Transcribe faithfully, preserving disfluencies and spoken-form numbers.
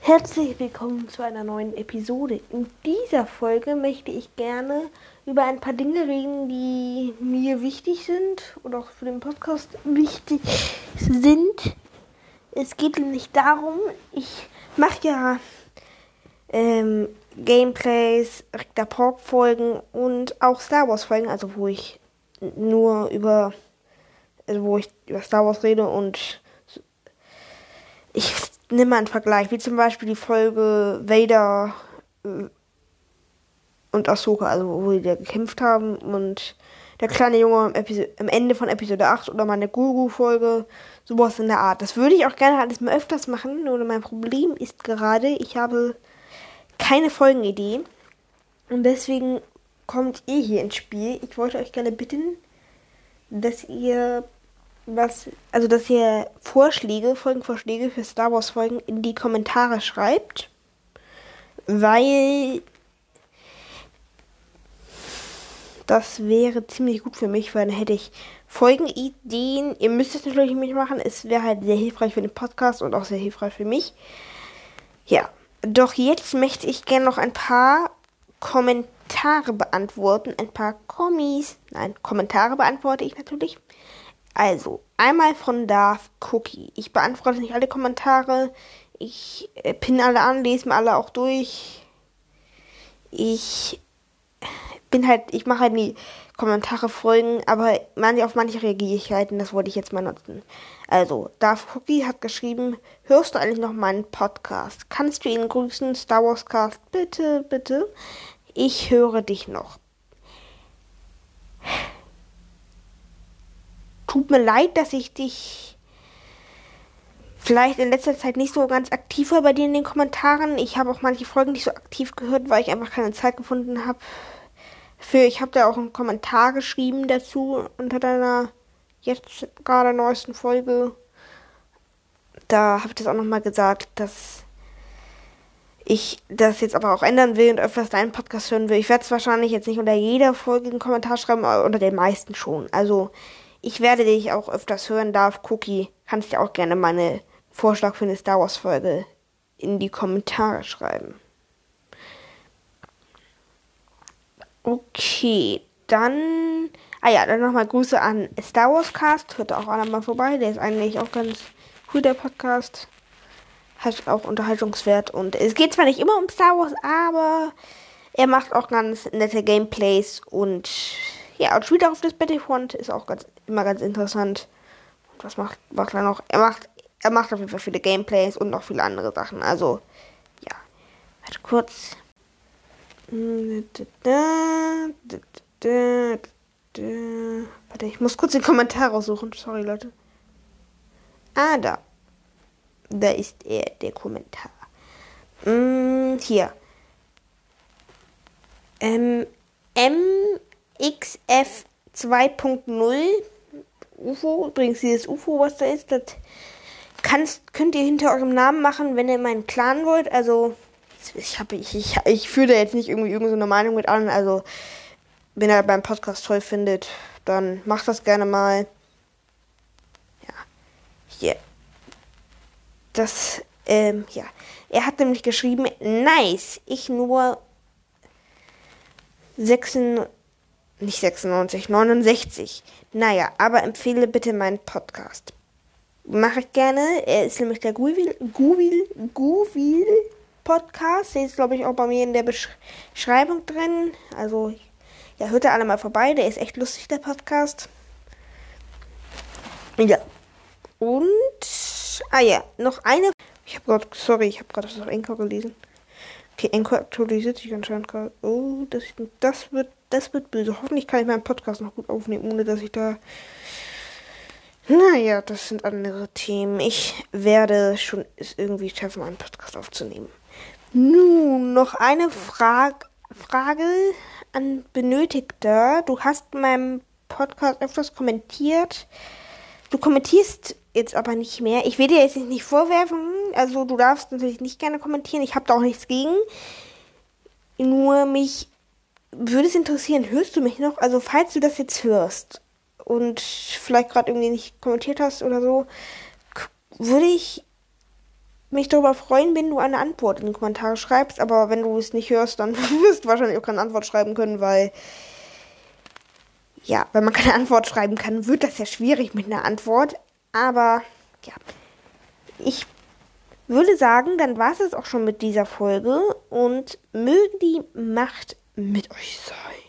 Herzlich willkommen zu einer neuen Episode. In dieser Folge möchte ich gerne über ein paar Dinge reden, die mir wichtig sind und auch für den Podcast wichtig sind. Es geht nämlich darum, ich mache ja ähm, Gameplays, Richter Pork Folgen und auch Star Wars Folgen, also wo ich nur über, also wo ich über Star Wars rede und ich nehme mal einen Vergleich, wie zum Beispiel die Folge Vader äh, und Ahsoka, also wo die da gekämpft haben und der kleine Junge am, Episo- am Ende von Episode acht oder meine Guru-Folge, sowas in der Art. Das würde ich auch gerne alles mal öfters machen, nur mein Problem ist gerade, ich habe keine Folgenidee und deswegen kommt ihr hier ins Spiel. Ich wollte euch gerne bitten, dass ihr was, also dass ihr Vorschläge, Folgenvorschläge für Star Wars Folgen in die Kommentare schreibt, weil das wäre ziemlich gut für mich, weil dann hätte ich Folgenideen. Ihr müsst es natürlich nicht machen, es wäre halt sehr hilfreich für den Podcast und auch sehr hilfreich für mich. Ja, doch jetzt möchte ich gerne noch ein paar Kommentare beantworten, ein paar Kommis, nein, Kommentare beantworte ich natürlich. Also, einmal von Darth Cookie. Ich beantworte nicht alle Kommentare. Ich äh, pinne alle an, lese mir alle auch durch. Ich bin halt, ich mache halt nie Kommentare folgen, aber manche, auf manche reagiere ich halt und das wollte ich jetzt mal nutzen. Also, Darth Cookie hat geschrieben, hörst du eigentlich noch meinen Podcast? Kannst du ihn grüßen? Star Wars Cast, bitte, bitte. Ich höre dich noch. Tut mir leid, dass ich dich vielleicht in letzter Zeit nicht so ganz aktiv war bei dir in den Kommentaren. Ich habe auch manche Folgen nicht so aktiv gehört, weil ich einfach keine Zeit gefunden habe. Für ich habe da auch einen Kommentar geschrieben dazu unter deiner jetzt gerade neuesten Folge. Da habe ich das auch nochmal gesagt, dass ich das jetzt aber auch ändern will und öfters deinen Podcast hören will. Ich werde es wahrscheinlich jetzt nicht unter jeder Folge einen Kommentar schreiben, aber unter den meisten schon. Also ich werde dich auch öfters hören, Darth Cookie. Kannst dir auch gerne meine Vorschlag für eine Star Wars Folge in die Kommentare schreiben. Okay, dann... Ah ja, dann nochmal Grüße an Star Wars Cast. Hört auch alle mal vorbei. Der ist eigentlich auch ganz cool, der Podcast. Hat auch Unterhaltungswert. Und es geht zwar nicht immer um Star Wars, aber er macht auch ganz nette Gameplays und... Ja, und spielt auch auf das Battlefront, ist auch ganz, immer ganz interessant. Und was macht, macht er noch? Er macht, er macht auf jeden Fall viele Gameplays und noch viele andere Sachen. Also, ja. Warte kurz. Warte, ich muss kurz den Kommentar raussuchen. Sorry, Leute. Ah, da. Da ist er, der Kommentar. Mm, hier. Ähm, M... X F zwei Punkt null U F O, übrigens dieses U F O, was da ist, das kannst, könnt ihr hinter eurem Namen machen, wenn ihr meinen Clan wollt. Also, ich habe ich, ich, ich führe da jetzt nicht irgendwie irgendeine so Meinung mit an. Also, wenn ihr beim Podcast toll findet, dann macht das gerne mal. Ja, hier. Das, ähm, ja. Er hat nämlich geschrieben, nice, ich nur sechsundneunzig Nicht sechsundneunzig, neunundsechzig. Naja, aber empfehle bitte meinen Podcast. Mache ich gerne. Er ist nämlich der Guwil, Guwil, Guwil Podcast. Der ist, glaube ich, auch bei mir in der Besch- Beschreibung drin. Also, ja, hört da alle mal vorbei. Der ist echt lustig, der Podcast. Ja. Und, ah ja, noch eine. Ich habe gerade, sorry, ich habe gerade das auf Anchor gelesen. Okay, Anchor aktualisiert sich anscheinend gerade. Oh, das, das wird, das wird böse. Hoffentlich kann ich meinen Podcast noch gut aufnehmen, ohne dass ich da... Naja, das sind andere Themen. Ich werde schon es irgendwie schaffen, einen Podcast aufzunehmen. Nun, noch eine Frage, Frage an Benötigter. Du hast meinem Podcast öfters kommentiert. Du kommentierst jetzt aber nicht mehr. Ich will dir jetzt nicht vorwerfen. Also du darfst natürlich nicht gerne kommentieren. Ich habe da auch nichts gegen. Nur mich würde es interessieren, hörst du mich noch? Also falls du das jetzt hörst und vielleicht gerade irgendwie nicht kommentiert hast oder so, würde ich mich darüber freuen, wenn du eine Antwort in die Kommentare schreibst. Aber wenn du es nicht hörst, dann wirst du wahrscheinlich auch keine Antwort schreiben können, weil, ja, wenn man keine Antwort schreiben kann, wird das ja schwierig mit einer Antwort. Aber, ja, ich würde sagen, dann war es auch schon mit dieser Folge und mögen die Macht mit euch sein.